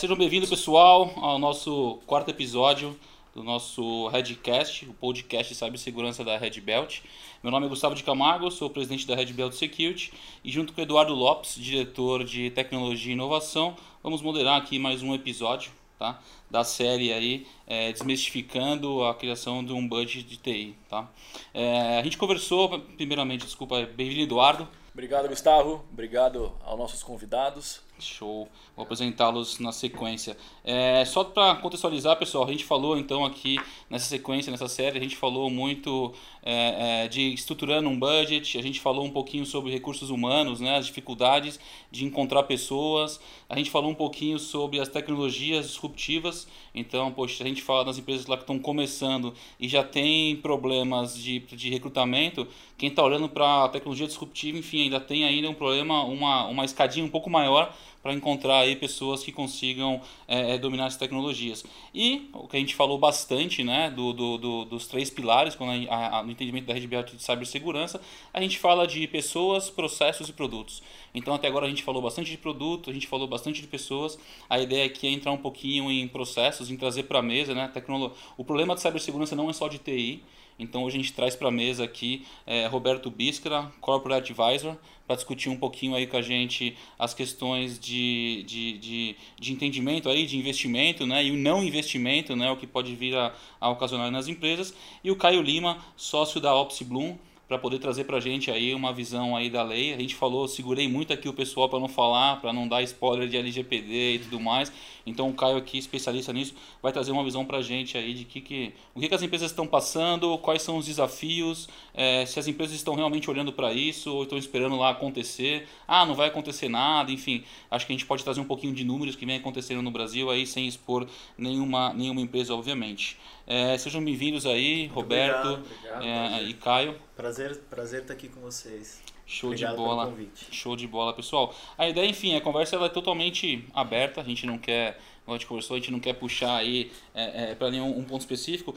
Sejam bem-vindos, pessoal, ao nosso quarto episódio do nosso Redcast, o podcast de cibersegurança da Red Belt. Meu nome é Gustavo de Camargo, sou o presidente da Red Belt Security e junto com o Eduardo Lopes, diretor de tecnologia e inovação, vamos moderar aqui mais um episódio, tá, da série aí, desmistificando a criação de um budget de TI. Tá? A gente conversou, primeiramente, desculpa, bem-vindo, Eduardo. Obrigado, Gustavo. Obrigado aos nossos convidados. Show, vou apresentá-los na sequência. Só para contextualizar, pessoal, a gente falou então aqui nessa sequência, nessa série, a gente falou muito de estruturando um budget, a gente falou um pouquinho sobre recursos humanos, né, as dificuldades de encontrar pessoas, a gente falou um pouquinho sobre as tecnologias disruptivas. Então, poxa, a gente fala das empresas lá que estão começando e já tem problemas de recrutamento, quem está olhando para a tecnologia disruptiva, enfim, ainda tem ainda um problema, uma escadinha um pouco maior para encontrar aí pessoas que consigam dominar essas tecnologias. E o que a gente falou bastante, né, dos três pilares quando no entendimento da Red Belt de cibersegurança, a gente fala de pessoas, processos e produtos. Então até agora a gente falou bastante de produto, a gente falou bastante de pessoas. A ideia aqui é entrar um pouquinho em processos, em trazer para a mesa, né, o problema de cibersegurança não é só de TI. Então hoje a gente traz para a mesa aqui Roberto Bíscara, Corporate Advisor, para discutir um pouquinho aí com a gente as questões de entendimento aí, de investimento, né, e o não investimento, né, o que pode vir a ocasionar nas empresas. E o Caio Lima, sócio da Opsi Bloom, para poder trazer para a gente aí uma visão aí da lei. A gente falou, segurei muito aqui o pessoal para não falar, para não dar spoiler de LGPD e tudo mais. Então o Caio aqui, especialista nisso, vai trazer uma visão para a gente aí de o que as empresas estão passando, quais são os desafios, se as empresas estão realmente olhando para isso ou estão esperando lá acontecer. Ah, não vai acontecer nada, enfim. Acho que a gente pode trazer um pouquinho de números que vem acontecendo no Brasil aí, sem expor nenhuma empresa, obviamente. Sejam bem-vindos aí, Muito Roberto obrigado, e Caio. prazer estar aqui com vocês. Show Obrigado de bola. pelo convite. Show de bola, pessoal. A ideia, enfim, a conversa ela é totalmente aberta. A gente não quer, como a gente conversou, a gente não quer puxar aí para nenhum um ponto específico.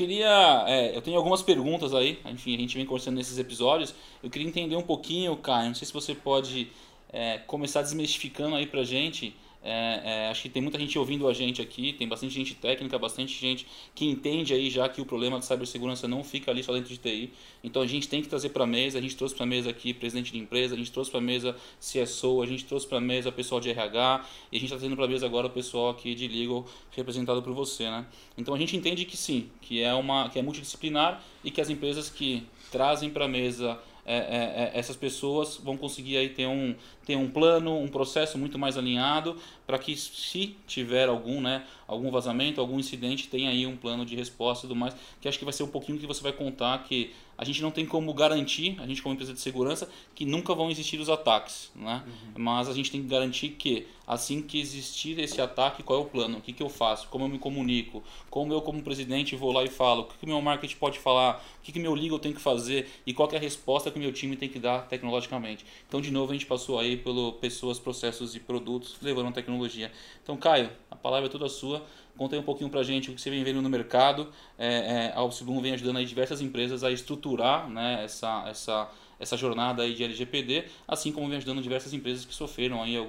Eu tenho algumas perguntas aí. Enfim, a gente vem conversando nesses episódios. Eu queria entender um pouquinho, Caio. Não sei se você pode começar desmistificando aí pra gente. Acho que tem muita gente ouvindo a gente aqui, tem bastante gente técnica, bastante gente que entende aí já que o problema de cibersegurança não fica ali só dentro de TI. Então a gente tem que trazer para a mesa, a gente trouxe para a mesa aqui presidente de empresa, a gente trouxe para a mesa CSO, a gente trouxe para a mesa pessoal de RH e a gente está trazendo para a mesa agora o pessoal aqui de Legal representado por você, né? Então a gente entende que sim, que é multidisciplinar e que as empresas que trazem para a mesa essas pessoas vão conseguir aí ter um plano, um processo muito mais alinhado para que se tiver algum vazamento, algum incidente, tenha aí um plano de resposta e tudo mais, que acho que vai ser um pouquinho que você vai contar que a gente não tem como garantir, a gente como empresa de segurança, que nunca vão existir os ataques, né? Mas a gente tem que garantir que assim que existir esse ataque, qual é o plano, o que eu faço, como eu me comunico, como eu como presidente vou lá e falo, o que o meu marketing pode falar, o que o meu legal tem que fazer e qual é a resposta que o meu time tem que dar tecnologicamente. Então, de novo, a gente passou aí pelo pessoas, processos e produtos, levando a tecnologia. Então, Caio, a palavra é toda sua. Conta aí um pouquinho pra gente o que você vem vendo no mercado. A Opsibloom vem ajudando aí diversas empresas a estruturar, né, essa jornada aí de LGPD, assim como vem ajudando diversas empresas que sofreram aí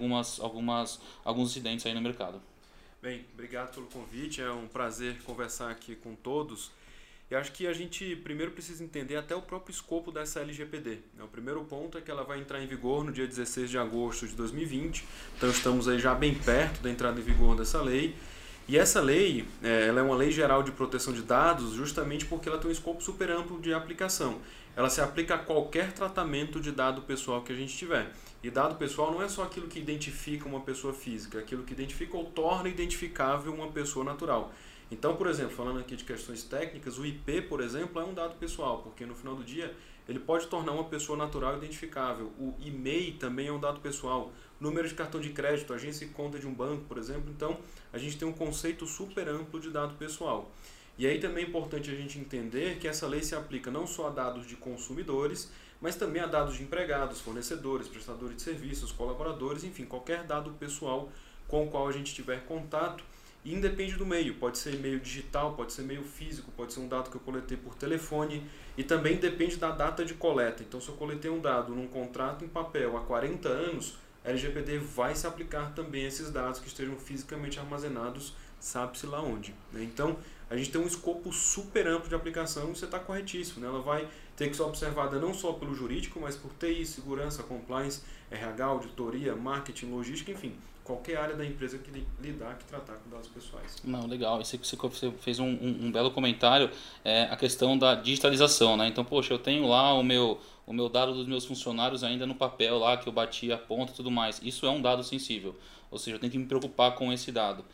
alguns incidentes aí no mercado. Bem, obrigado pelo convite, é um prazer conversar aqui com todos. E acho que a gente primeiro precisa entender até o próprio escopo dessa LGPD. O primeiro ponto é que ela vai entrar em vigor no dia 16 de agosto de 2020, então estamos aí já bem perto da entrada em vigor dessa lei. E essa lei, ela é uma lei geral de proteção de dados justamente porque ela tem um escopo super amplo de aplicação. Ela se aplica a qualquer tratamento de dado pessoal que a gente tiver. E dado pessoal não é só aquilo que identifica uma pessoa física, é aquilo que identifica ou torna identificável uma pessoa natural. Então, por exemplo, falando aqui de questões técnicas, o IP, por exemplo, é um dado pessoal, porque no final do dia ele pode tornar uma pessoa natural identificável. O e-mail também é um dado pessoal. Número de cartão de crédito, agência e conta de um banco, por exemplo. Então, a gente tem um conceito super amplo de dado pessoal. E aí também é importante a gente entender que essa lei se aplica não só a dados de consumidores, mas também a dados de empregados, fornecedores, prestadores de serviços, colaboradores, enfim, qualquer dado pessoal com o qual a gente tiver contato. E independe do meio, pode ser meio digital, pode ser meio físico, pode ser um dado que eu coletei por telefone e também depende da data de coleta. Então, se eu coletei um dado num contrato em papel há 40 anos, a LGPD vai se aplicar também a esses dados que estejam fisicamente armazenados, sabe-se lá onde, né? Então, a gente tem um escopo super amplo de aplicação e você está corretíssimo, né? Ela vai ter que ser observada não só pelo jurídico, mas por TI, segurança, compliance, RH, auditoria, marketing, logística, enfim, qualquer área da empresa que lidar, que tratar com dados pessoais. Não, legal. Você fez um belo comentário, a questão da digitalização, né? Então, poxa, eu tenho lá o meu dado dos meus funcionários ainda no papel lá, que eu bati a ponta e tudo mais. Isso é um dado sensível, ou seja, eu tenho que me preocupar com esse dado.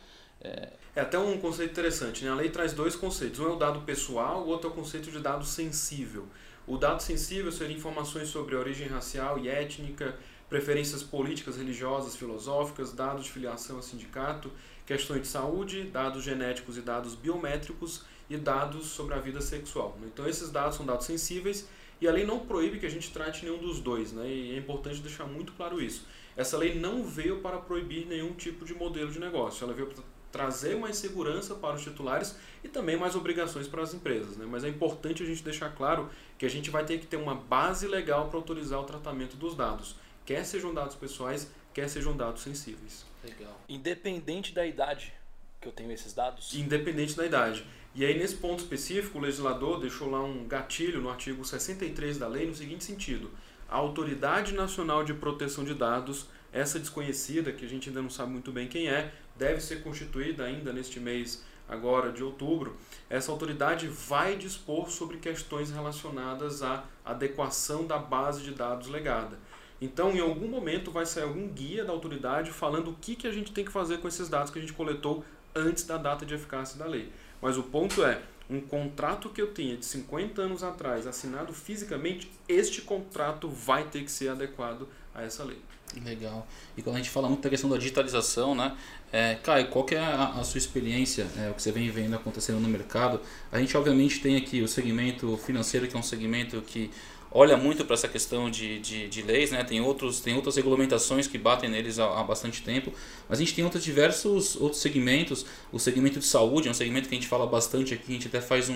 É até um conceito interessante, né? A lei traz dois conceitos. Um é o dado pessoal, o outro é o conceito de dado sensível. O dado sensível seria informações sobre origem racial e étnica, preferências políticas, religiosas, filosóficas, dados de filiação a sindicato, questões de saúde, dados genéticos e dados biométricos e dados sobre a vida sexual. Então esses dados são dados sensíveis e a lei não proíbe que a gente trate nenhum dos dois, né? E é importante deixar muito claro isso. Essa lei não veio para proibir nenhum tipo de modelo de negócio, ela veio para trazer mais segurança para os titulares e também mais obrigações para as empresas, né? Mas é importante a gente deixar claro que a gente vai ter que ter uma base legal para autorizar o tratamento dos dados, quer sejam dados pessoais, quer sejam dados sensíveis. Legal. Independente da idade que eu tenho esses dados? Independente da idade. E aí, nesse ponto específico, o legislador deixou lá um gatilho no artigo 63 da lei no seguinte sentido: a Autoridade Nacional de Proteção de Dados, essa desconhecida, que a gente ainda não sabe muito bem quem é, deve ser constituída ainda neste mês agora de outubro. Essa autoridade vai dispor sobre questões relacionadas à adequação da base de dados legada. Então, em algum momento vai sair algum guia da autoridade falando o que a gente tem que fazer com esses dados que a gente coletou antes da data de eficácia da lei. Mas o ponto é, um contrato que eu tinha de 50 anos atrás, assinado fisicamente, este contrato vai ter que ser adequado a essa lei. Legal. E quando a gente fala muito da questão da digitalização, né? Caio, qual que é a sua experiência, o que você vem vendo acontecendo no mercado? A gente obviamente tem aqui o segmento financeiro, que é um segmento que olha muito para essa questão de leis, né? Tem outras regulamentações que batem neles há bastante tempo, mas a gente tem diversos outros segmentos. O segmento de saúde é um segmento que a gente fala bastante aqui, a gente até faz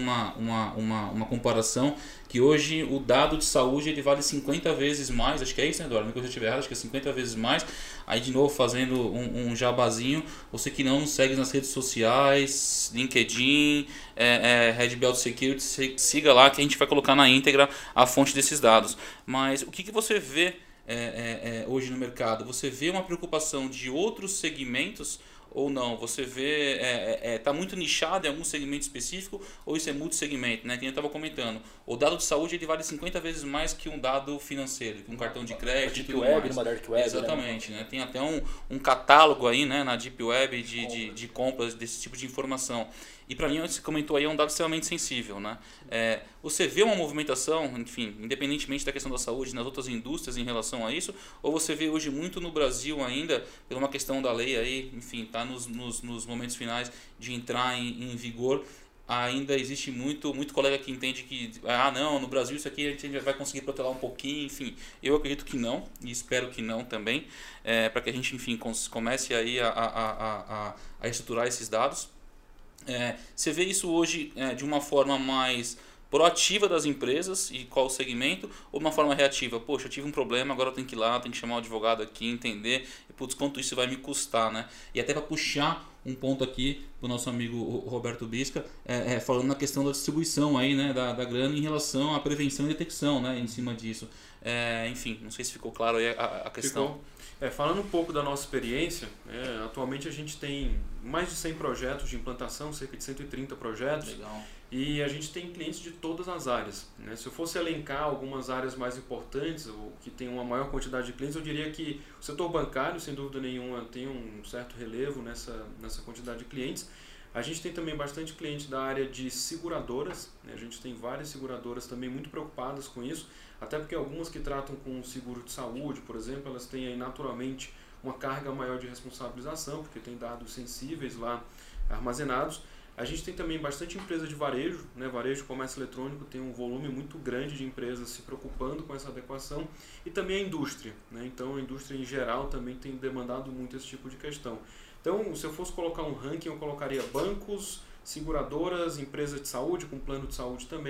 uma comparação, que hoje o dado de saúde ele vale 50 vezes mais, acho que é isso, né, Eduardo? Se eu estiver errado, acho que é 50 vezes mais. Aí de novo fazendo um jabazinho, você que não nos segue nas redes sociais, LinkedIn, Red Belt Security, siga lá que a gente vai colocar na íntegra a fonte desses dados. Mas o que você vê hoje no mercado? Você vê uma preocupação de outros segmentos ou não? Você vê, está muito nichado em algum segmento específico ou isso é multissegmento, né? Que eu estava comentando. O dado de saúde ele vale 50 vezes mais que um dado financeiro, que um cartão de crédito e tudo mais. Numa Dark Web, exatamente, né? Tem até um catálogo aí, né, na Deep Web de compras desse tipo de informação. E para mim, você comentou aí, é um dado extremamente sensível, né? Você vê uma movimentação, enfim, independentemente da questão da saúde, nas outras indústrias em relação a isso, ou você vê hoje muito no Brasil ainda, por uma questão da lei aí, enfim, está nos momentos finais de entrar em vigor, ainda existe muito colega que entende que, não, no Brasil isso aqui a gente vai conseguir protelar um pouquinho, enfim, eu acredito que não, e espero que não também, para que a gente, enfim, comece aí a estruturar esses dados. Você vê isso hoje de uma forma mais proativa das empresas e qual o segmento, ou de uma forma reativa? Poxa, eu tive um problema, agora eu tenho que ir lá, tenho que chamar o advogado aqui, entender, e putz, quanto isso vai me custar, né? E até para puxar um ponto aqui do nosso amigo Roberto Bisca, falando na questão da distribuição aí, né, da grana em relação à prevenção e detecção, né, em cima disso. Enfim, não sei se ficou claro aí a questão. Ficou. Falando um pouco da nossa experiência, atualmente a gente tem mais de 100 projetos de implantação, cerca de 130 projetos. Legal. E a gente tem clientes de todas as áreas, né? Se eu fosse elencar algumas áreas mais importantes, ou que tem uma maior quantidade de clientes, eu diria que o setor bancário, sem dúvida nenhuma, tem um certo relevo nessa quantidade de clientes. A gente tem também bastante cliente da área de seguradoras, né? A gente tem várias seguradoras também muito preocupadas com isso, até porque algumas que tratam com seguro de saúde, por exemplo, elas têm aí naturalmente uma carga maior de responsabilização, porque tem dados sensíveis lá armazenados. A gente tem também bastante empresa de varejo, né? Varejo, comércio eletrônico tem um volume muito grande de empresas se preocupando com essa adequação, e também a indústria, né? Então a indústria em geral também tem demandado muito esse tipo de questão. Então, se eu fosse colocar um ranking, eu colocaria bancos, seguradoras, empresas de saúde, com plano de saúde também,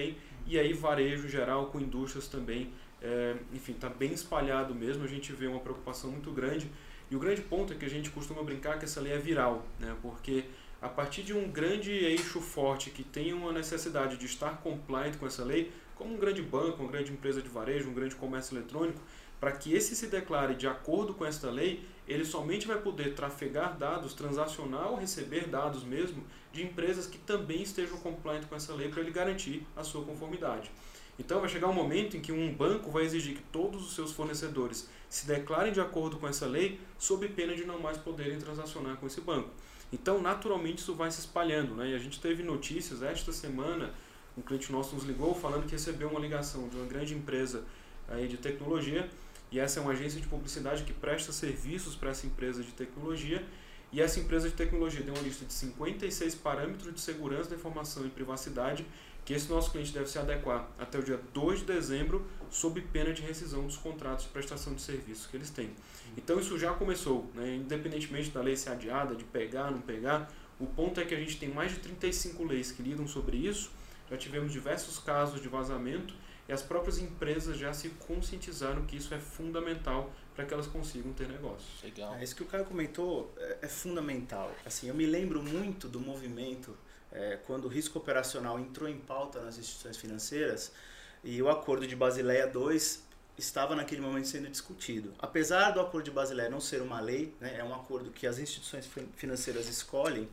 e aí varejo geral com indústrias também, enfim, está bem espalhado mesmo, a gente vê uma preocupação muito grande. E o grande ponto é que a gente costuma brincar que essa lei é viral, né? Porque a partir de um grande eixo forte que tem uma necessidade de estar compliant com essa lei, como um grande banco, uma grande empresa de varejo, um grande comércio eletrônico, para que esse se declare de acordo com esta lei, ele somente vai poder trafegar dados, transacionar ou receber dados mesmo de empresas que também estejam compliant com essa lei para ele garantir a sua conformidade. Então vai chegar um momento em que um banco vai exigir que todos os seus fornecedores se declarem de acordo com essa lei, sob pena de não mais poderem transacionar com esse banco. Então, naturalmente, isso vai se espalhando, né? E a gente teve notícias esta semana, um cliente nosso nos ligou falando que recebeu uma ligação de uma grande empresa aí de tecnologia, e essa é uma agência de publicidade que presta serviços para essa empresa de tecnologia, e essa empresa de tecnologia deu uma lista de 56 parâmetros de segurança da informação e privacidade que esse nosso cliente deve se adequar até o dia 2 de dezembro, sob pena de rescisão dos contratos de prestação de serviços que eles têm. Então isso já começou, né? Independentemente da lei ser adiada, de pegar, não pegar, o ponto é que a gente tem mais de 35 leis que lidam sobre isso, já tivemos diversos casos de vazamento e as próprias empresas já se conscientizaram que isso é fundamental para que elas consigam ter negócios. Legal. Isso que o Caio comentou é fundamental. Assim, eu me lembro muito do movimento quando o risco operacional entrou em pauta nas instituições financeiras e o acordo de Basileia II estava naquele momento sendo discutido. Apesar do acordo de Basileia não ser uma lei, né, é um acordo que as instituições financeiras escolhem,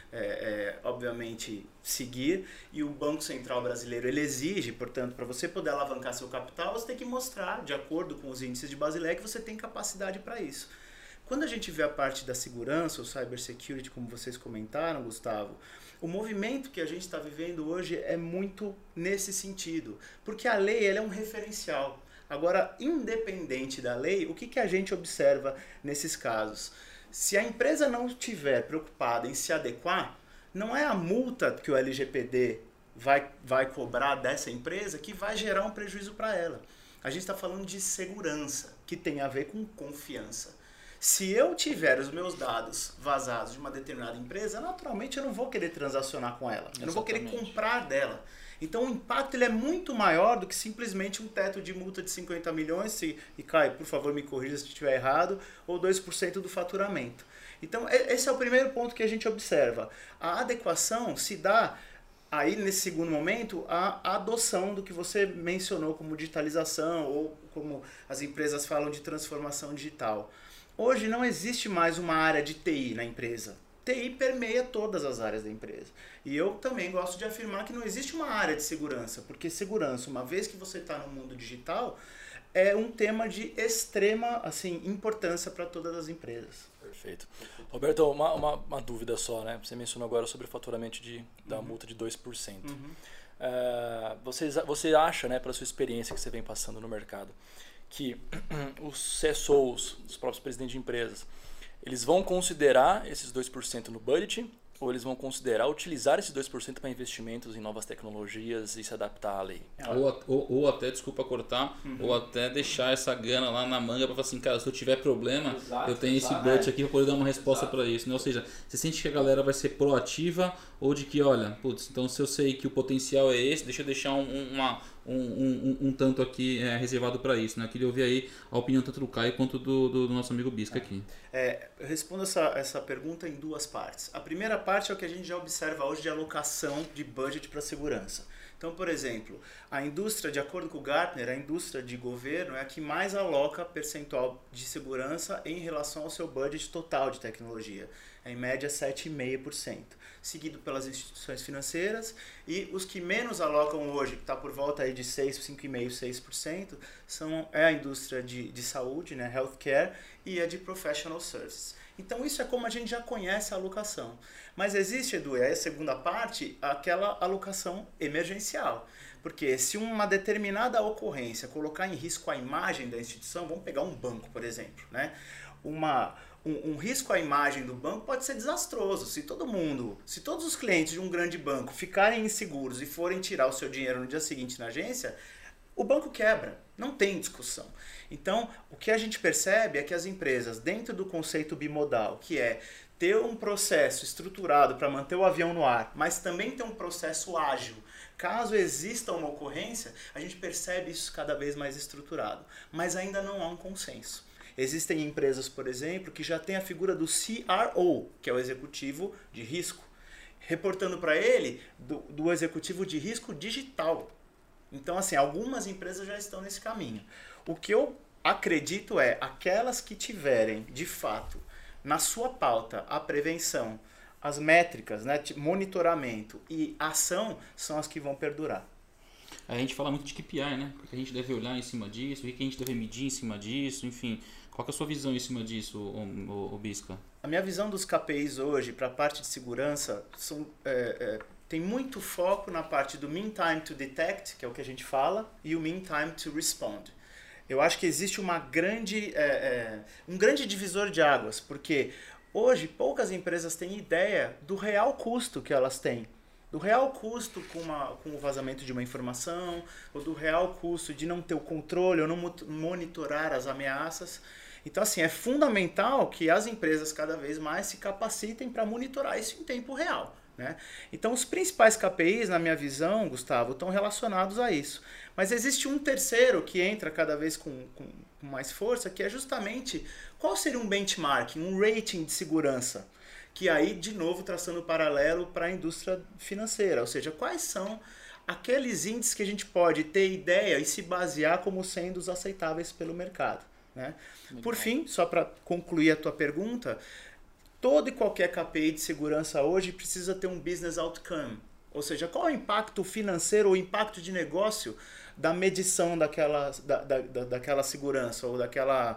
obviamente, seguir, e o Banco Central brasileiro ele exige, portanto, para você poder alavancar seu capital, você tem que mostrar, de acordo com os índices de Basileia, que você tem capacidade para isso. Quando a gente vê a parte da segurança, o cybersecurity, como vocês comentaram, Gustavo, o movimento que a gente está vivendo hoje é muito nesse sentido, porque a lei ela é um referencial. Agora, independente da lei, o que a gente observa nesses casos? Se a empresa não estiver preocupada em se adequar, não é a multa que o LGPD vai cobrar dessa empresa que vai gerar um prejuízo para ela. A gente está falando de segurança, que tem a ver com confiança. Se eu tiver os meus dados vazados de uma determinada empresa, naturalmente eu não vou querer transacionar com ela. Eu não vou querer comprar dela. Então o impacto ele é muito maior do que simplesmente um teto de multa de 50 milhões, e Caio, por favor me corrija se estiver errado, ou 2% do faturamento. Então esse é o primeiro ponto que a gente observa. A adequação se dá aí nesse segundo momento a adoção do que você mencionou como digitalização ou como as empresas falam de transformação digital. Hoje não existe mais uma área de TI na empresa. TI permeia todas as áreas da empresa. E eu também gosto de afirmar que não existe uma área de segurança, porque segurança, uma vez que você está no mundo digital, é um tema de extrema importância para todas as empresas. Perfeito. Roberto, uma dúvida só, né? Você mencionou agora sobre o faturamento da multa de 2%. Você acha, né, pela sua experiência que você vem passando no mercado, que os CSOs, os próprios presidentes de empresas, eles vão considerar esses 2% no budget ou eles vão considerar utilizar esses 2% para investimentos em novas tecnologias e se adaptar à lei? Ou até, desculpa cortar, ou até deixar essa grana lá na manga para falar assim, cara, se eu tiver problema, eu tenho esse budget aqui para poder dar uma resposta para isso. Né? Ou seja, você sente que a galera vai ser proativa ou de que, olha, putz, então se eu sei que o potencial é esse, deixa eu deixar um tanto aqui reservado para isso. Né? Eu queria ouvir aí a opinião tanto do Caio quanto do nosso amigo Bisca aqui. Eu respondo essa pergunta em duas partes. A primeira parte é o que a gente já observa hoje de alocação de budget para segurança. Então, por exemplo, a indústria, de acordo com o Gartner, a indústria de governo é a que mais aloca percentual de segurança em relação ao seu budget total de tecnologia. É em média 7,5%, seguido pelas instituições financeiras, e os que menos alocam hoje, que está por volta aí de 5,5%, 6%, é a indústria de saúde, né, healthcare, e a de professional services. Então isso é como a gente já conhece a alocação. Mas existe, Edu, aí a segunda parte, aquela alocação emergencial. Porque se uma determinada ocorrência colocar em risco a imagem da instituição, vamos pegar um banco, por exemplo, né? Um risco à imagem do banco pode ser desastroso. Se todos os clientes de um grande banco ficarem inseguros e forem tirar o seu dinheiro no dia seguinte na agência, o banco quebra, não tem discussão. Então, o que a gente percebe é que as empresas, dentro do conceito bimodal, que é ter um processo estruturado para manter o avião no ar, mas também ter um processo ágil Caso exista uma ocorrência, a gente percebe isso cada vez mais estruturado, mas ainda não há um consenso. Existem empresas, por exemplo, que já têm a figura do CRO, que é o executivo de risco, reportando para ele do executivo de risco digital. Então, assim, algumas empresas já estão nesse caminho. O que eu acredito é aquelas que tiverem, de fato, na sua pauta a prevenção, as métricas, né, monitoramento e ação são as que vão perdurar. A gente fala muito de KPI, né? Porque a gente deve olhar em cima disso, o que a gente deve medir em cima disso, enfim. Qual que é a sua visão em cima disso, o Bisca? A minha visão dos KPIs hoje para a parte de segurança tem muito foco na parte do Mean Time to Detect, que é o que a gente fala, e o Mean Time to Respond. Eu acho que existe um grande divisor de águas, porque hoje poucas empresas têm ideia do real custo que elas têm. Do real custo com o vazamento de uma informação, ou do real custo de não ter o controle ou não monitorar as ameaças. Então, assim, é fundamental que as empresas cada vez mais se capacitem para monitorar isso em tempo real, né? Então, os principais KPIs, na minha visão, Gustavo, estão relacionados a isso. Mas existe um terceiro que entra cada vez com mais força, que é justamente qual seria um benchmark, um rating de segurança. Que aí, de novo, traçando paralelo para a indústria financeira. Ou seja, quais são aqueles índices que a gente pode ter ideia e se basear como sendo os aceitáveis pelo mercado, né? Por fim, só para concluir a tua pergunta, todo e qualquer KPI de segurança hoje precisa ter um business outcome. Ou seja, qual é o impacto financeiro ou impacto de negócio da medição daquela segurança ou daquela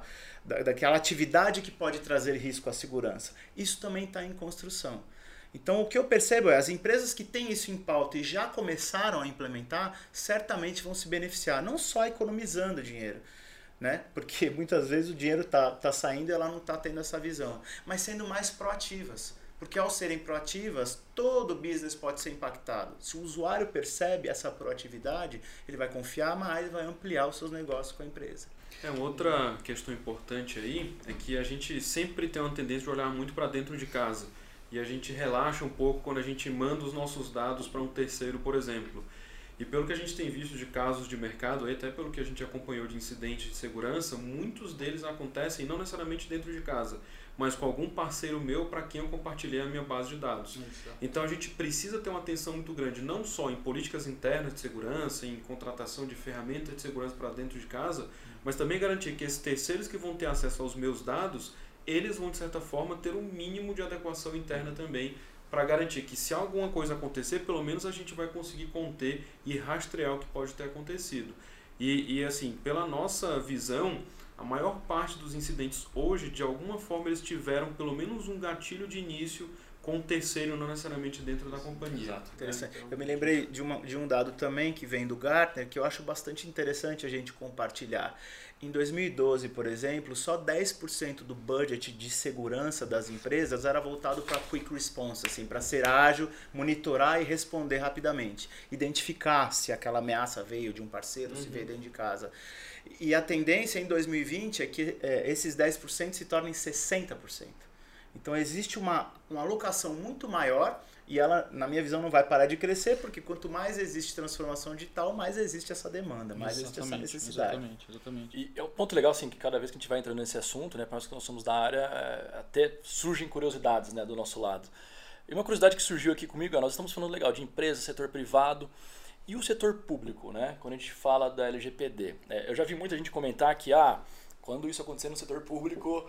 atividade que pode trazer risco à segurança. Isso também está em construção. Então, o que eu percebo é as empresas que têm isso em pauta e já começaram a implementar, certamente vão se beneficiar, não só economizando dinheiro, né? Porque muitas vezes o dinheiro tá saindo e ela não está tendo essa visão, mas sendo mais proativas. Porque ao serem proativas, todo o business pode ser impactado. Se o usuário percebe essa proatividade, ele vai confiar mais e vai ampliar os seus negócios com a empresa. Outra questão importante aí é que a gente sempre tem uma tendência de olhar muito para dentro de casa. E a gente relaxa um pouco quando a gente manda os nossos dados para um terceiro, por exemplo. E pelo que a gente tem visto de casos de mercado, até pelo que a gente acompanhou de incidentes de segurança, muitos deles acontecem não necessariamente dentro de casa, mas com algum parceiro meu para quem eu compartilhei a minha base de dados. Então a gente precisa ter uma atenção muito grande, não só em políticas internas de segurança, em contratação de ferramentas de segurança para dentro de casa, mas também garantir que esses terceiros que vão ter acesso aos meus dados, eles vão de certa forma ter um mínimo de adequação interna também, para garantir que se alguma coisa acontecer, pelo menos a gente vai conseguir conter e rastrear o que pode ter acontecido. E assim, pela nossa visão, a maior parte dos incidentes hoje, de alguma forma, eles tiveram pelo menos um gatilho de início com um terceiro, não necessariamente dentro da companhia. Exato. Interessante. Eu me lembrei de um dado também que vem do Gartner, que eu acho bastante interessante a gente compartilhar. Em 2012, por exemplo, só 10% do budget de segurança das empresas era voltado para quick response, assim, para ser ágil, monitorar e responder rapidamente. Identificar se aquela ameaça veio de um parceiro, se veio dentro de casa. E a tendência em 2020 é que esses 10% se tornem 60%. Então existe uma alocação muito maior e ela, na minha visão, não vai parar de crescer, porque quanto mais existe transformação digital, mais existe essa demanda, mais existe essa necessidade. Exatamente. E é um ponto legal, assim, que cada vez que a gente vai entrando nesse assunto, né, para nós que nós somos da área, até surgem curiosidades, né, do nosso lado. E uma curiosidade que surgiu aqui comigo, nós estamos falando legal de empresa, setor privado e o setor público, né, quando a gente fala da LGPD. Eu já vi muita gente comentar que, quando isso acontecer no setor público,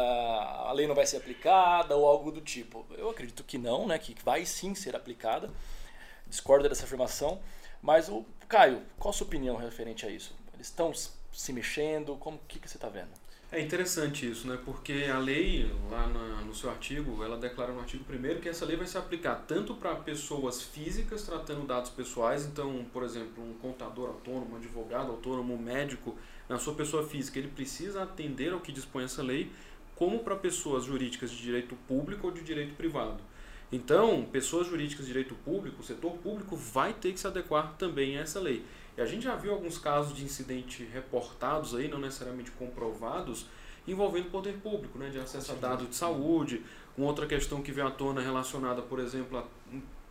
a lei não vai ser aplicada ou algo do tipo. Eu acredito que não, né? Que vai sim ser aplicada. Discordo dessa afirmação. Mas, Caio, qual a sua opinião referente a isso? Eles estão se mexendo? O que você está vendo? É interessante isso, né? Porque a lei, lá no seu artigo, ela declara no artigo 1º que essa lei vai se aplicar tanto para pessoas físicas tratando dados pessoais. Então, por exemplo, um contador autônomo, um advogado autônomo, um médico, na sua pessoa física, ele precisa atender ao que dispõe essa lei, como para pessoas jurídicas de direito público ou de direito privado. Então, pessoas jurídicas de direito público, o setor público vai ter que se adequar também a essa lei. E a gente já viu alguns casos de incidente reportados aí, não necessariamente comprovados, envolvendo o poder público, né, de acesso a dados de saúde. Uma outra questão que veio à tona relacionada, por exemplo, a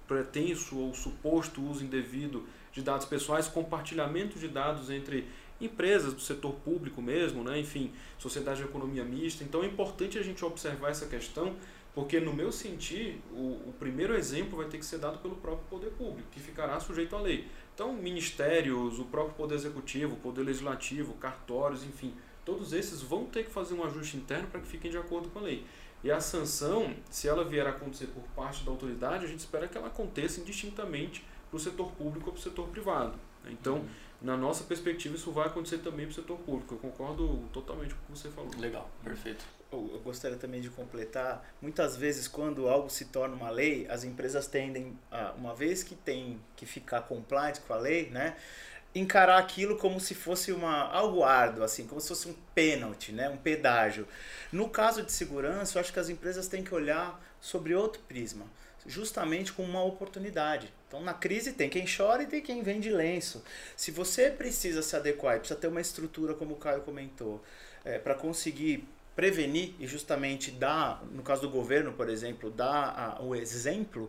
pretenso ou suposto uso indevido de dados pessoais, compartilhamento de dados entre empresas do setor público mesmo, né? Enfim, sociedade de economia mista. Então é importante a gente observar essa questão, porque no meu sentir, o primeiro exemplo vai ter que ser dado pelo próprio poder público, que ficará sujeito à lei. Então, ministérios, o próprio poder executivo, o poder legislativo, cartórios, enfim, todos esses vão ter que fazer um ajuste interno para que fiquem de acordo com a lei. E a sanção, se ela vier a acontecer por parte da autoridade, a gente espera que ela aconteça indistintamente para o setor público ou para o setor privado. Então, na nossa perspectiva, isso vai acontecer também para o setor público. Eu concordo totalmente com o que você falou. Legal, perfeito. Eu gostaria também de completar, muitas vezes quando algo se torna uma lei, as empresas tendem, uma vez que tem que ficar compliant com a lei, né, encarar aquilo como se fosse algo árduo, assim, como se fosse um pênalti, né, um pedágio. No caso de segurança, eu acho que as empresas têm que olhar sobre outro prisma, justamente como uma oportunidade. Então, na crise tem quem chora e tem quem vende lenço. Se você precisa se adequar e precisa ter uma estrutura, como o Caio comentou, para conseguir prevenir e justamente dar, no caso do governo, por exemplo, dar o exemplo,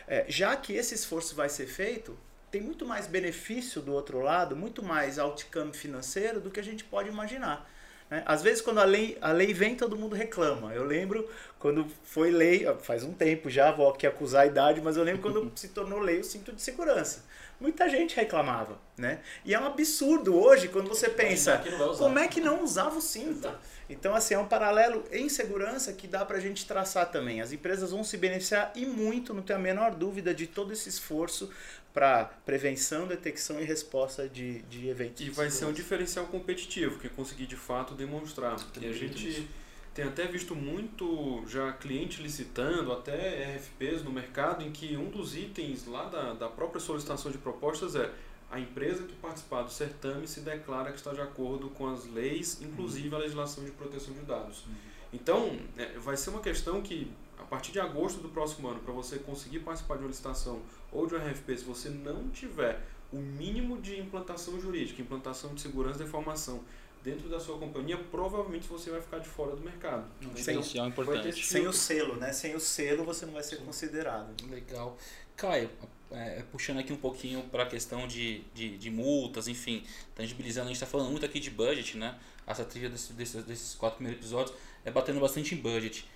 já que esse esforço vai ser feito, tem muito mais benefício do outro lado, muito mais outcome financeiro do que a gente pode imaginar. Às vezes, quando a lei vem, todo mundo reclama. Eu lembro quando foi lei, faz um tempo já, vou aqui acusar a idade, mas eu lembro quando se tornou lei o cinto de segurança. Muita gente reclamava, né? E é um absurdo hoje quando você pensa, como é que não usava o cinto? Então, assim, é um paralelo em segurança que dá pra gente traçar também. As empresas vão se beneficiar e muito, não tenho a menor dúvida, de todo esse esforço para prevenção, detecção e resposta de eventos. E vai ser um diferencial competitivo, que é conseguir de fato demonstrar. E a gente tem até visto muito já cliente licitando, até RFPs no mercado, em que um dos itens lá da própria solicitação de propostas é a empresa que participar do certame se declara que está de acordo com as leis, inclusive a legislação de proteção de dados. Então, vai ser uma questão que, a partir de agosto do próximo ano, para você conseguir participar de uma licitação ou de um RFP, se você não tiver o mínimo de implantação jurídica, implantação de segurança da informação dentro da sua companhia, provavelmente você vai ficar de fora do mercado. Um diferencial importante. Sem o selo, né? Sem o selo você não vai ser considerado. Legal. Caio, puxando aqui um pouquinho para a questão de multas, enfim, tangibilizando, a gente está falando muito aqui de budget, né? Essa trilha desses 4 primeiros episódios é batendo bastante em budget.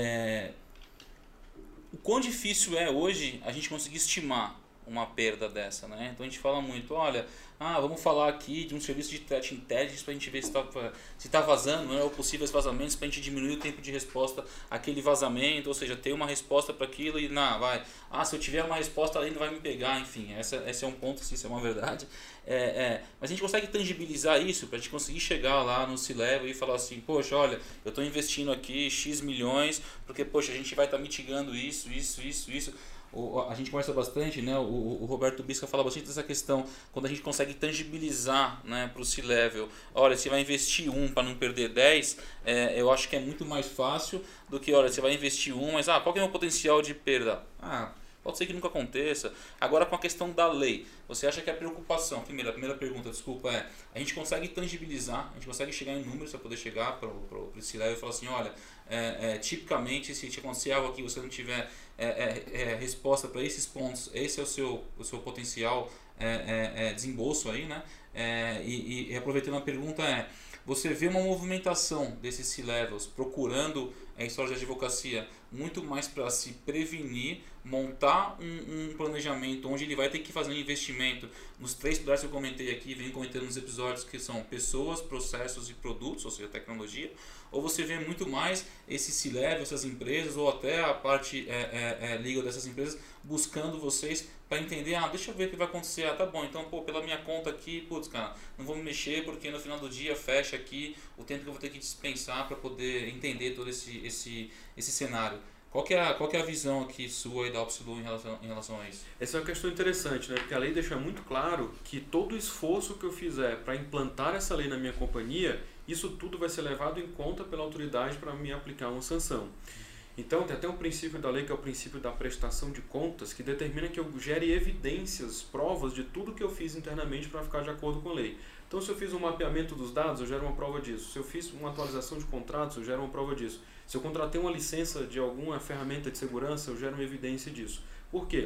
O quão difícil é hoje a gente conseguir estimar uma perda dessa, né? Então a gente fala muito, olha, vamos falar aqui de um serviço de threat intelligence para a gente ver se está vazando, né, ou possíveis vazamentos, para a gente diminuir o tempo de resposta àquele vazamento, ou seja, ter uma resposta para aquilo e se eu tiver uma resposta ele não vai me pegar, enfim, esse é um ponto, se isso é uma verdade. Mas a gente consegue tangibilizar isso para a gente conseguir chegar lá no C-Level e falar assim, poxa, olha, eu estou investindo aqui X milhões, porque poxa, a gente vai estar mitigando isso. A gente conversa bastante, né? O Roberto Bisca fala bastante dessa questão, quando a gente consegue tangibilizar, né, para o C-Level, olha, você vai investir 1 para não perder 10, eu acho que é muito mais fácil do que, olha, você vai investir 1, mas qual que é o meu potencial de perda? Pode ser que nunca aconteça. Agora, com a questão da lei, você acha que a preocupação, a primeira pergunta, desculpa, a gente consegue tangibilizar, a gente consegue chegar em números para poder chegar para o C-Level e falar assim, olha, tipicamente, se te acontecer algo aqui, você não tiver resposta para esses pontos, esse é o seu potencial desembolso aí, né? E aproveitando a pergunta, você vê uma movimentação desses C-Levels procurando histórias de advocacia muito mais para se prevenir, montar um planejamento onde ele vai ter que fazer um investimento nos 3 pilares que eu comentei aqui, venho comentando nos episódios, que são pessoas, processos e produtos, ou seja, tecnologia, ou você vê muito mais esse C-Level, essas empresas, ou até a parte legal dessas empresas, buscando vocês para entender, deixa eu ver o que vai acontecer, tá bom, então pela minha conta aqui, cara, não vou me mexer porque no final do dia fecha aqui o tempo que eu vou ter que dispensar para poder entender todo esse cenário. Qual que é a visão aqui sua e da Upsilon em relação a isso? Essa é uma questão interessante, né? Porque a lei deixa muito claro que todo esforço que eu fizer para implantar essa lei na minha companhia, isso tudo vai ser levado em conta pela autoridade para me aplicar uma sanção. Então, tem até um princípio da lei, que é o princípio da prestação de contas, que determina que eu gere evidências, provas de tudo que eu fiz internamente para ficar de acordo com a lei. Então, se eu fiz um mapeamento dos dados, eu gero uma prova disso. Se eu fiz uma atualização de contratos, eu gero uma prova disso. Se eu contratei uma licença de alguma ferramenta de segurança, eu gero uma evidência disso. Por quê?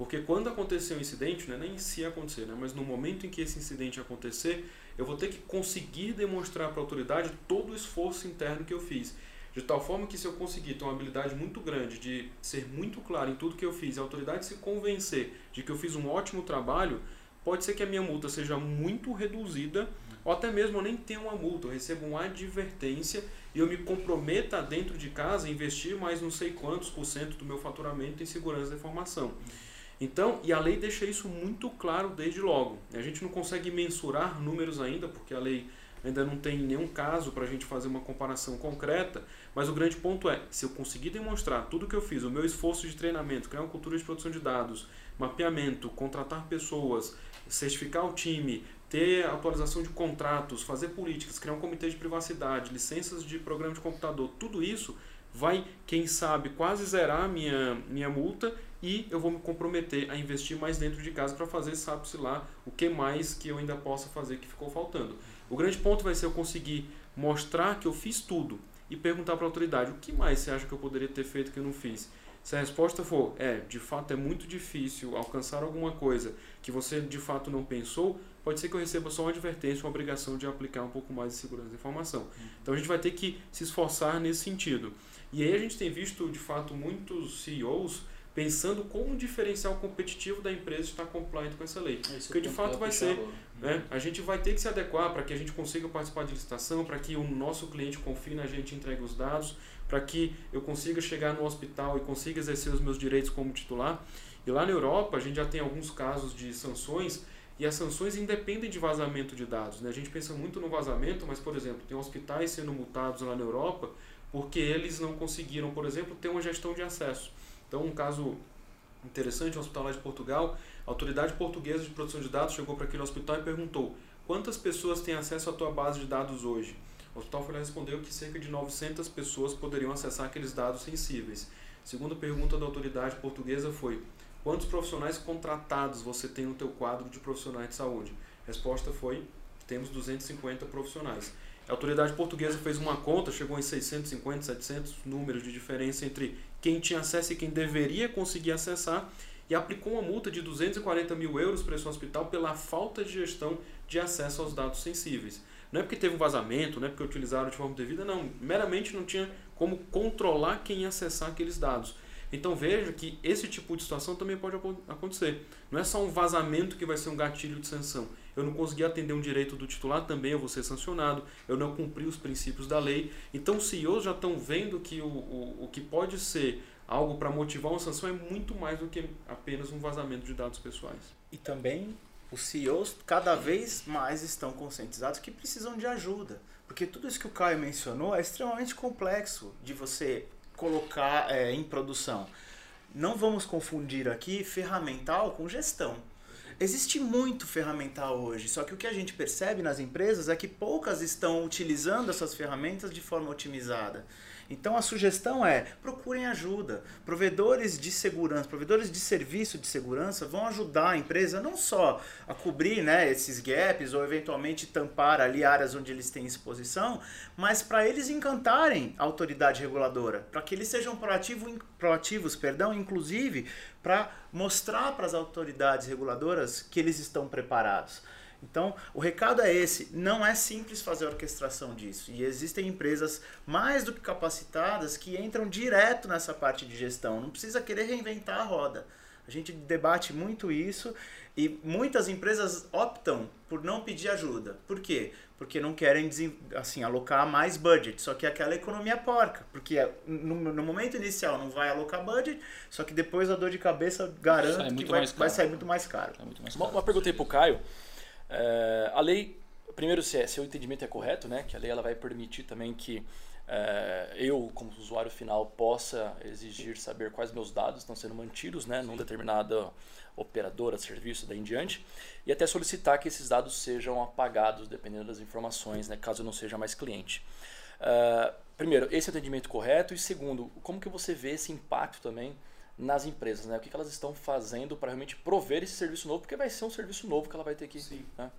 Porque quando acontecer um incidente, não é nem se acontecer, né? Mas no momento em que esse incidente acontecer, eu vou ter que conseguir demonstrar para a autoridade todo o esforço interno que eu fiz. De tal forma que se eu conseguir ter uma habilidade muito grande de ser muito claro em tudo que eu fiz e a autoridade se convencer de que eu fiz um ótimo trabalho, pode ser que a minha multa seja muito reduzida ou até mesmo eu nem tenha uma multa, eu recebo uma advertência e eu me comprometa dentro de casa a investir mais não sei quantos % do meu faturamento em segurança da informação. Então, e a lei deixa isso muito claro desde logo. A gente não consegue mensurar números ainda, porque a lei ainda não tem nenhum caso para a gente fazer uma comparação concreta, mas o grande ponto é, se eu conseguir demonstrar tudo que eu fiz, o meu esforço de treinamento, criar uma cultura de produção de dados, mapeamento, contratar pessoas, certificar o time, ter atualização de contratos, fazer políticas, criar um comitê de privacidade, licenças de programa de computador, tudo isso vai, quem sabe, quase zerar a minha multa e eu vou me comprometer a investir mais dentro de casa para fazer, sabe-se lá, o que mais que eu ainda possa fazer que ficou faltando. O grande ponto vai ser eu conseguir mostrar que eu fiz tudo e perguntar para a autoridade, o que mais você acha que eu poderia ter feito que eu não fiz? Se a resposta for, de fato é muito difícil alcançar alguma coisa que você de fato não pensou, pode ser que eu receba só uma advertência, uma obrigação de aplicar um pouco mais de segurança da informação. Então a gente vai ter que se esforçar nesse sentido. E aí a gente tem visto de fato muitos CEOs pensando como o diferencial competitivo da empresa está compliant com essa lei. Porque de fato vai ser, né? A gente vai ter que se adequar para que a gente consiga participar de licitação, para que o nosso cliente confie na gente e entregue os dados, para que eu consiga chegar no hospital e consiga exercer os meus direitos como titular. E lá na Europa a gente já tem alguns casos de sanções e as sanções independem de vazamento de dados, né? A gente pensa muito no vazamento, mas por exemplo, tem hospitais sendo multados lá na Europa porque eles não conseguiram, por exemplo, ter uma gestão de acesso. Então, um caso interessante, um hospital lá de Portugal, a autoridade portuguesa de produção de dados chegou para aquele hospital e perguntou: quantas pessoas têm acesso à tua base de dados hoje? O hospital foi lá e respondeu que cerca de 900 pessoas poderiam acessar aqueles dados sensíveis. A segunda pergunta da autoridade portuguesa foi: quantos profissionais contratados você tem no teu quadro de profissionais de saúde? A resposta foi: temos 250 profissionais. A autoridade portuguesa fez uma conta, chegou em 650, 700 números de diferença entre quem tinha acesso e quem deveria conseguir acessar e aplicou uma multa de 240 mil euros para esse hospital pela falta de gestão de acesso aos dados sensíveis. Não é porque teve um vazamento, não é porque utilizaram de forma devida, não. Meramente não tinha como controlar quem ia acessar aqueles dados. Então veja que esse tipo de situação também pode acontecer. Não é só um vazamento que vai ser um gatilho de sanção. Eu não consegui atender um direito do titular, também eu vou ser sancionado. Eu não cumpri os princípios da lei. Então os CEOs já estão vendo que o que pode ser algo para motivar uma sanção é muito mais do que apenas um vazamento de dados pessoais. E também os CEOs cada vez mais estão conscientizados que precisam de ajuda. Porque tudo isso que o Caio mencionou é extremamente complexo de você colocar em produção. Não vamos confundir aqui ferramental com gestão. Existe muito ferramental hoje, só que o que a gente percebe nas empresas é que poucas estão utilizando essas ferramentas de forma otimizada. Então a sugestão é, procurem ajuda. Provedores de segurança, provedores de serviço de segurança vão ajudar a empresa não só a cobrir, né, esses gaps ou eventualmente tampar ali áreas onde eles têm exposição, mas para eles encantarem a autoridade reguladora, para que eles sejam proativos, inclusive para mostrar para as autoridades reguladoras que eles estão preparados. Então, o recado é esse, não é simples fazer a orquestração disso. E existem empresas mais do que capacitadas que entram direto nessa parte de gestão. Não precisa querer reinventar a roda. A gente debate muito isso e muitas empresas optam por não pedir ajuda. Por quê? Porque não querem assim, alocar mais budget. Só que é aquela economia porca. Porque no momento inicial não vai alocar budget, só que depois a dor de cabeça garante que vai sair muito mais caro. Uma pergunta aí para o Caio. A lei, primeiro se o entendimento é correto, né, que a lei ela vai permitir também que eu, como usuário final, possa exigir saber quais meus dados estão sendo mantidos, né, numa determinada operadora, serviço, daí em diante, e até solicitar que esses dados sejam apagados, dependendo das informações, né, caso eu não seja mais cliente. Primeiro, esse é o entendimento correto, e segundo, como que você vê esse impacto também nas empresas, né? O que elas estão fazendo para realmente prover esse serviço novo, porque vai ser um serviço novo que ela vai ter que... Sim. Né?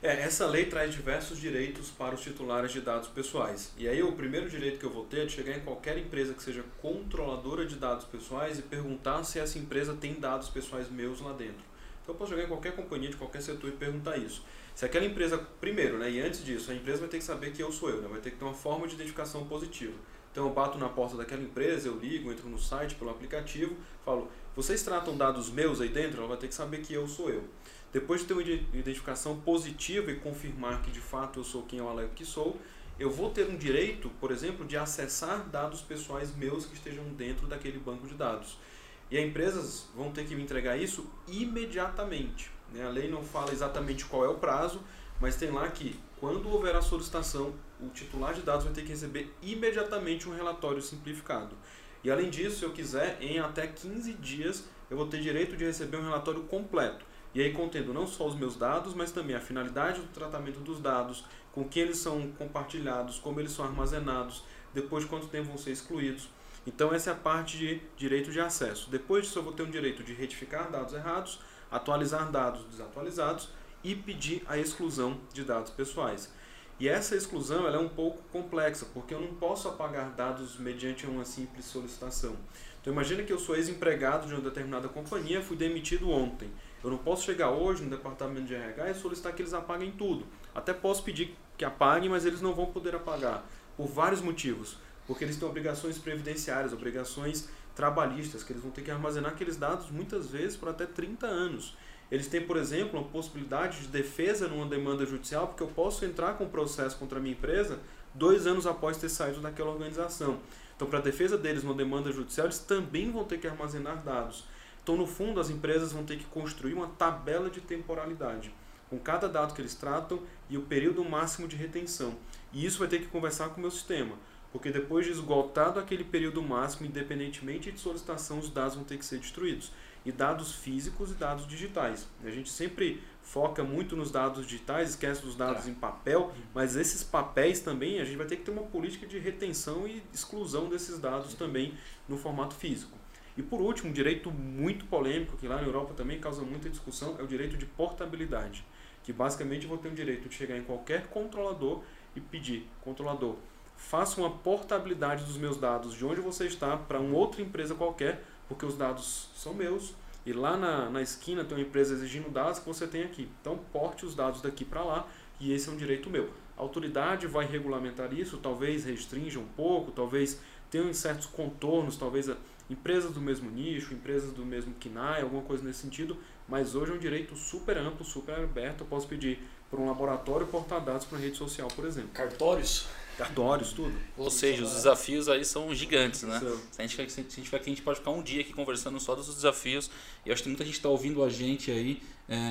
Essa lei traz diversos direitos para os titulares de dados pessoais. E aí o primeiro direito que eu vou ter é de chegar em qualquer empresa que seja controladora de dados pessoais e perguntar se essa empresa tem dados pessoais meus lá dentro. Então eu posso chegar em qualquer companhia de qualquer setor e perguntar isso. Se aquela empresa, primeiro, né, e antes disso, a empresa vai ter que saber que eu sou eu, né, vai ter que ter uma forma de identificação positiva. Então eu bato na porta daquela empresa, eu ligo, entro no site, pelo aplicativo, falo, vocês tratam dados meus aí dentro? Ela vai ter que saber que eu sou eu. Depois de ter uma identificação positiva e confirmar que de fato eu sou quem eu alego que sou, eu vou ter um direito, por exemplo, de acessar dados pessoais meus que estejam dentro daquele banco de dados. E as empresas vão ter que me entregar isso imediatamente. A lei não fala exatamente qual é o prazo, mas tem lá que quando houver a solicitação, o titular de dados vai ter que receber imediatamente um relatório simplificado. E além disso, se eu quiser, em até 15 dias, eu vou ter direito de receber um relatório completo. E aí contendo não só os meus dados, mas também a finalidade do tratamento dos dados, com que eles são compartilhados, como eles são armazenados, depois de quanto tempo vão ser excluídos. Então essa é a parte de direito de acesso. Depois disso eu vou ter um direito de retificar dados errados, atualizar dados desatualizados e pedir a exclusão de dados pessoais. E essa exclusão ela é um pouco complexa, porque eu não posso apagar dados mediante uma simples solicitação. Então imagina que eu sou ex-empregado de uma determinada companhia, fui demitido ontem. Eu não posso chegar hoje no departamento de RH e solicitar que eles apaguem tudo. Até posso pedir que apaguem, mas eles não vão poder apagar. Por vários motivos. Porque eles têm obrigações previdenciárias, obrigações trabalhistas, que eles vão ter que armazenar aqueles dados muitas vezes por até 30 anos. Eles têm, por exemplo, uma possibilidade de defesa numa demanda judicial, porque eu posso entrar com um processo contra a minha empresa 2 anos após ter saído daquela organização. Então, para a defesa deles numa demanda judicial, eles também vão ter que armazenar dados. Então, no fundo, as empresas vão ter que construir uma tabela de temporalidade, com cada dado que eles tratam e o período máximo de retenção. E isso vai ter que conversar com o meu sistema, porque depois de esgotado aquele período máximo, independentemente de solicitação, os dados vão ter que ser destruídos. E dados físicos e dados digitais. A gente sempre foca muito nos dados digitais, esquece dos dados em papel, mas esses papéis também, a gente vai ter que ter uma política de retenção e exclusão desses dados também no formato físico. E por último, um direito muito polêmico, que lá na Europa também causa muita discussão, é o direito de portabilidade. Que basicamente eu vou ter o direito de chegar em qualquer controlador e pedir, controlador, faça uma portabilidade dos meus dados de onde você está para uma outra empresa qualquer, porque os dados são meus e lá na esquina tem uma empresa exigindo dados que você tem aqui. Então porte os dados daqui para lá e esse é um direito meu. A autoridade vai regulamentar isso, talvez restrinja um pouco, talvez tenha certos contornos, talvez empresas do mesmo nicho, empresas do mesmo KNAI, alguma coisa nesse sentido, mas hoje é um direito super amplo, super aberto. Eu posso pedir para um laboratório portar dados para uma rede social, por exemplo. Cartórios, tudo. Ou seja, os desafios aí são gigantes, né? Se a gente quer aqui, a gente pode ficar um dia aqui conversando só dos desafios. E eu acho que muita gente está ouvindo a gente aí.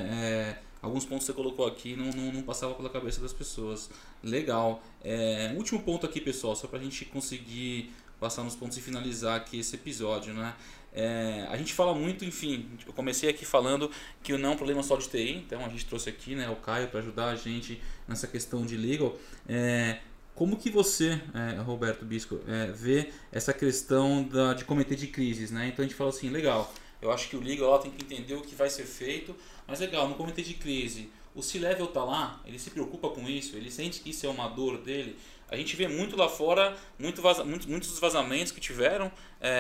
Alguns pontos que você colocou aqui não passavam pela cabeça das pessoas. Legal. Último ponto aqui, pessoal, só para a gente conseguir passar nos pontos e finalizar aqui esse episódio, né? A gente fala muito, enfim, eu comecei aqui falando que não é um problema só de TI, então a gente trouxe aqui, né, o Caio para ajudar a gente nessa questão de legal. Como que você, Roberto Bisco, vê essa questão de comitê de crises, né? Então a gente fala assim, legal, eu acho que o legal tem que entender o que vai ser feito, mas legal, no comitê de crise, o C-Level está lá, ele se preocupa com isso, ele sente que isso é uma dor dele. A gente vê muito lá fora, muitos vazamentos que tiveram,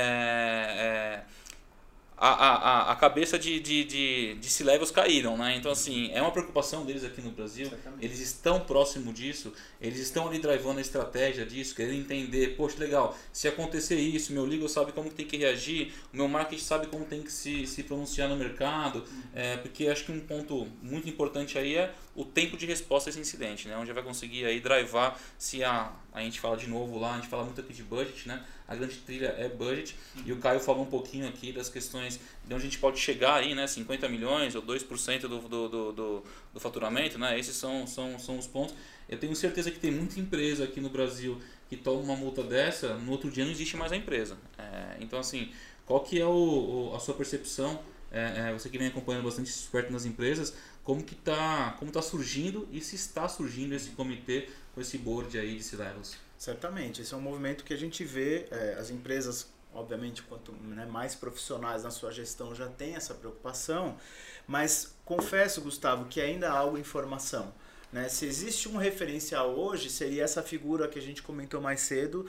a cabeça de C-Levels caíram, né? Então, assim, é uma preocupação deles aqui no Brasil. Exatamente. Eles estão próximo disso, eles estão ali drivando a estratégia disso, querendo entender, poxa, legal, se acontecer isso, meu legal sabe como tem que reagir, o meu marketing sabe como tem que se pronunciar no mercado, porque acho que um ponto muito importante aí é o tempo de resposta a esse incidente, né? Onde vai conseguir aí drivar, se a gente fala de novo lá, a gente fala muito aqui de budget, né? A grande trilha é budget, e o Caio falou um pouquinho aqui das questões de onde a gente pode chegar aí, né? 50 milhões ou 2% do faturamento, né? Esses são os pontos. Eu tenho certeza que tem muita empresa aqui no Brasil que toma uma multa dessa, no outro dia não existe mais a empresa. Então, assim, qual que é a sua percepção? Você que vem acompanhando bastante perto nas empresas, como tá surgindo e se está surgindo esse comitê com esse board aí de C-Levels? Certamente, esse é um movimento que a gente vê, as empresas, obviamente, quanto mais profissionais na sua gestão já tem essa preocupação, mas confesso, Gustavo, que ainda há algo em formação. né? Se existe um referencial hoje, seria essa figura que a gente comentou mais cedo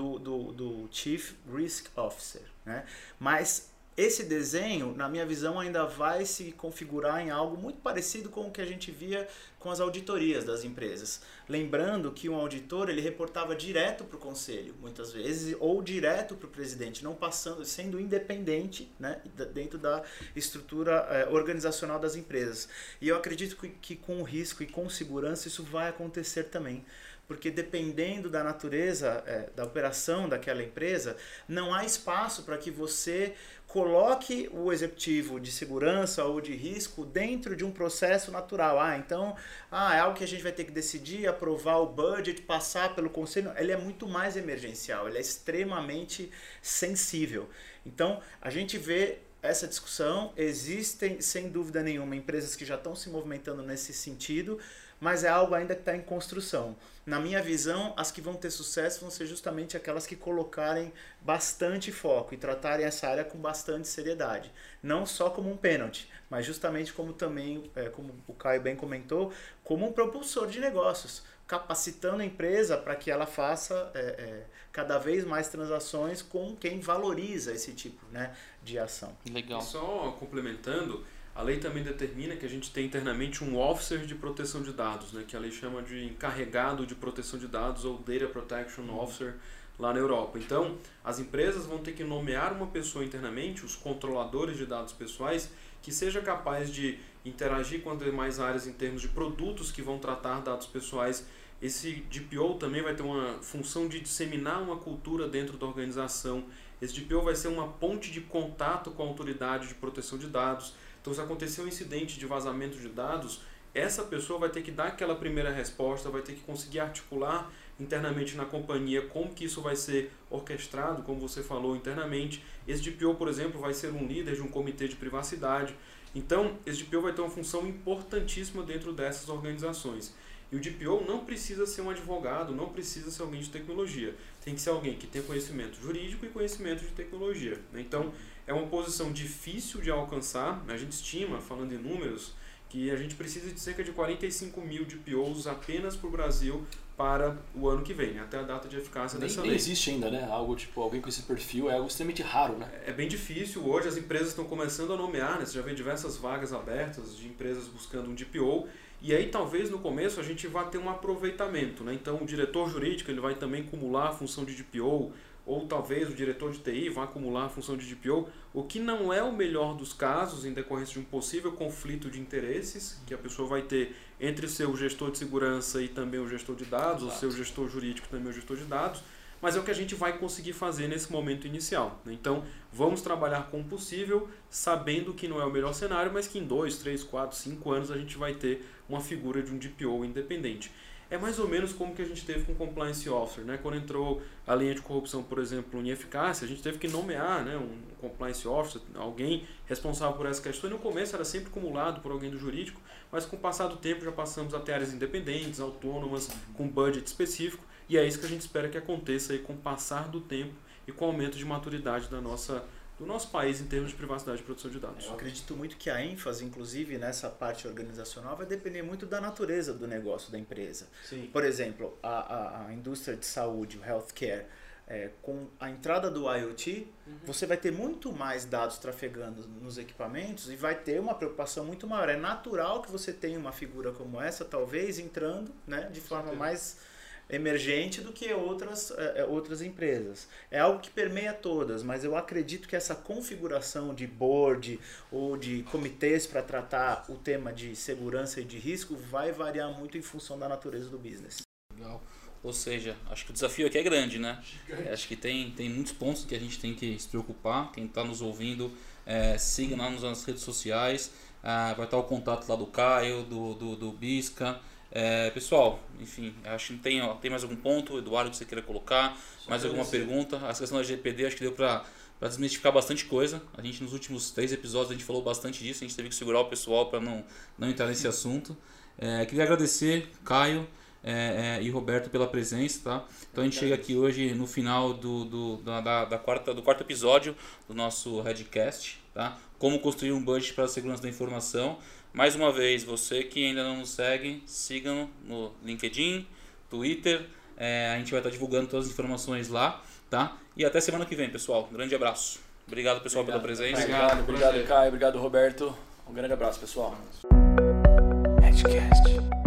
do Chief Risk Officer, né? Mas esse desenho, na minha visão, ainda vai se configurar em algo muito parecido com o que a gente via com as auditorias das empresas. Lembrando que um auditor, ele reportava direto para o conselho, muitas vezes, ou direto para o presidente, não passando, sendo independente, né, dentro da estrutura organizacional das empresas. E eu acredito que com risco e com segurança isso vai acontecer também. Porque dependendo da natureza da operação daquela empresa, não há espaço para que você coloque o executivo de segurança ou de risco dentro de um processo natural. Então, é algo que a gente vai ter que decidir, aprovar o budget, passar pelo conselho. Ele é muito mais emergencial, ele é extremamente sensível. Então, a gente vê essa discussão, existem, sem dúvida nenhuma, empresas que já estão se movimentando nesse sentido, mas é algo ainda que está em construção. Na minha visão, as que vão ter sucesso vão ser justamente aquelas que colocarem bastante foco e tratarem essa área com bastante seriedade. Não só como um pênalti, mas justamente como também, como o Caio bem comentou, como um propulsor de negócios, capacitando a empresa para que ela faça cada vez mais transações com quem valoriza esse tipo, né, de ação. Legal. E só complementando, a lei também determina que a gente tem internamente um officer de proteção de dados, né, que a lei chama de encarregado de proteção de dados ou Data Protection Officer lá na Europa. Então, as empresas vão ter que nomear uma pessoa internamente, os controladores de dados pessoais, que seja capaz de interagir com as demais áreas em termos de produtos que vão tratar dados pessoais. Esse DPO também vai ter uma função de disseminar uma cultura dentro da organização. Esse DPO vai ser uma ponte de contato com a autoridade de proteção de dados. Então, se acontecer um incidente de vazamento de dados, essa pessoa vai ter que dar aquela primeira resposta, vai ter que conseguir articular internamente na companhia como que isso vai ser orquestrado, como você falou, internamente. Esse DPO, por exemplo, vai ser um líder de um comitê de privacidade. Então, esse DPO vai ter uma função importantíssima dentro dessas organizações. E o DPO não precisa ser um advogado, não precisa ser alguém de tecnologia. Tem que ser alguém que tenha conhecimento jurídico e conhecimento de tecnologia. Então, é uma posição difícil de alcançar. A gente estima, falando em números, que a gente precisa de cerca de 45 mil DPOs apenas para o Brasil para o ano que vem, até a data de eficácia dessa lei. Nem existe ainda, né? Algo tipo, alguém com esse perfil é algo extremamente raro, né? É bem difícil. Hoje as empresas estão começando a nomear, né? Você já vê diversas vagas abertas de empresas buscando um DPO. E aí talvez no começo a gente vá ter um aproveitamento, né? Então o diretor jurídico ele vai também acumular a função de DPO, ou talvez o diretor de TI vá acumular a função de DPO, o que não é o melhor dos casos em decorrência de um possível conflito de interesses que a pessoa vai ter entre o seu gestor de segurança e também o gestor de dados, Exato. O seu gestor jurídico e também o gestor de dados, mas é o que a gente vai conseguir fazer nesse momento inicial. Então, vamos trabalhar com o possível, sabendo que não é o melhor cenário, mas que em 2, 3, 4, 5 anos a gente vai ter uma figura de um DPO independente. É mais ou menos como que a gente teve com o Compliance Officer, né? Quando entrou a linha de corrupção, por exemplo, em eficácia, a gente teve que nomear, né, um Compliance Officer, alguém responsável por essa questão. E no começo era sempre acumulado por alguém do jurídico, mas com o passar do tempo já passamos a ter áreas independentes, autônomas, com budget específico. E é isso que a gente espera que aconteça aí com o passar do tempo e com o aumento de maturidade do nosso país em termos de privacidade e proteção de dados. Eu acredito muito que a ênfase, inclusive, nessa parte organizacional vai depender muito da natureza do negócio da empresa. Sim. Por exemplo, a indústria de saúde, o healthcare, com a entrada do IoT, você vai ter muito mais dados trafegando nos equipamentos e vai ter uma preocupação muito maior. É natural que você tenha uma figura como essa, talvez, entrando, né, de forma mais emergente do que outras empresas. É algo que permeia todas, mas eu acredito que essa configuração de board ou de comitês para tratar o tema de segurança e de risco vai variar muito em função da natureza do business. Legal. Ou seja, acho que o desafio aqui é grande, né? Acho que tem muitos pontos que a gente tem que se preocupar. Quem está nos ouvindo, siga lá nas redes sociais. Vai estar o contato lá do Caio, do Bisca. Pessoal, enfim, acho que tem mais algum ponto, Eduardo, que você queira colocar, mais alguma pergunta? A questão da LGPD acho que deu para desmistificar bastante coisa. A gente nos últimos 3 episódios a gente falou bastante disso, a gente teve que segurar o pessoal para não entrar nesse assunto. Queria agradecer Caio e Roberto pela presença, tá? Então a gente chega aqui hoje no final do quarto episódio do nosso Redcast. tá? Como construir um budget para a segurança da informação. Mais uma vez, você que ainda não nos segue, sigam no LinkedIn, Twitter, a gente vai estar divulgando todas as informações lá, tá? E até semana que vem, pessoal. Um grande abraço. Obrigado, pessoal, pela presença. Obrigado, Caio. Obrigado, Roberto. Um grande abraço, pessoal. Edgecast.